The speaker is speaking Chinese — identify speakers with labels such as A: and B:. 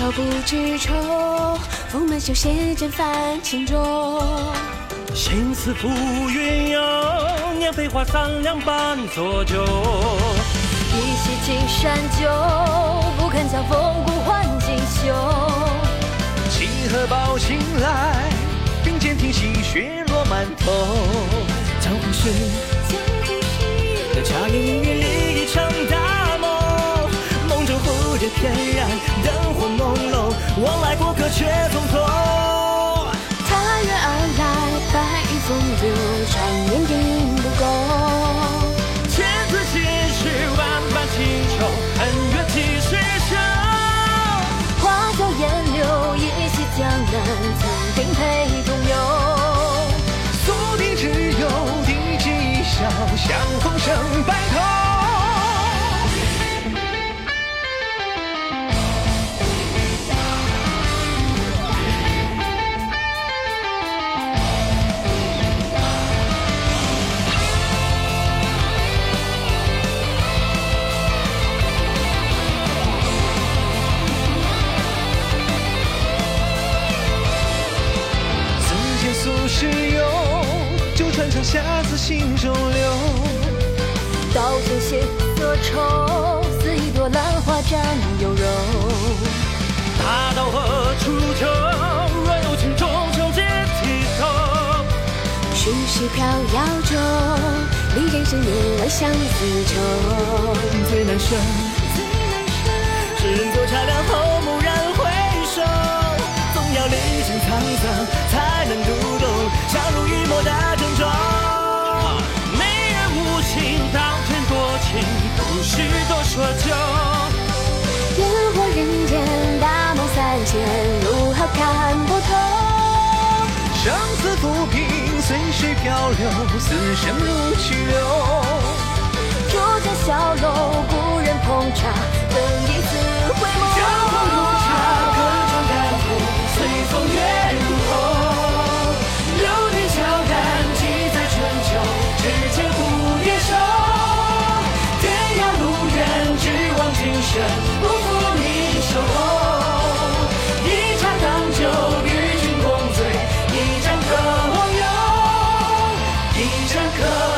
A: 不知愁，府门修闲剑泛轻舟。
B: 心似浮云游，年飞花3两半作酒。
A: 一袭青山旧，不肯将风骨换锦绣。
C: 几何报信来，并肩听细雪落满头。
B: 江湖事，那茶烟氤氲里一场大梦。梦中蝴蝶翩然，灯火朦胧，往来过客却匆匆。
A: 踏月而来，白衣风流，长年定不共。
B: 千字心事，万般情愁，恩怨几时休？
A: 花酒烟柳，一袭江南，曾并配同游。
C: 宿敌之友，地际一笑，相逢胜白头。俗世游，就穿肠下自心中流。
A: 刀剑血色愁，似一朵兰花沾幽柔。
B: 大道何处求？若有情终成劫剔透。
A: 虚实飘摇中，离人生缘，相思愁。
B: 最难舍，世人坐茶凉后蓦然回首，总要历经沧桑才能读懂相濡以沫的珍重。美人无情，当天多情，不需多说酒。
A: 烟火人间，大梦3000，如何看不透？
C: 生死浮萍，随水漂流，死生如去留。
A: 竹间小楼，故人捧茶，等一次回眸。
B: 江湖如茶，各种甘苦，随风月入喉。流年悄然，记载春秋，只见蝴蝶收。天涯路远，只望今生，不负你守候。一茶当酒，与君共醉，一盏可忘忧，一盏可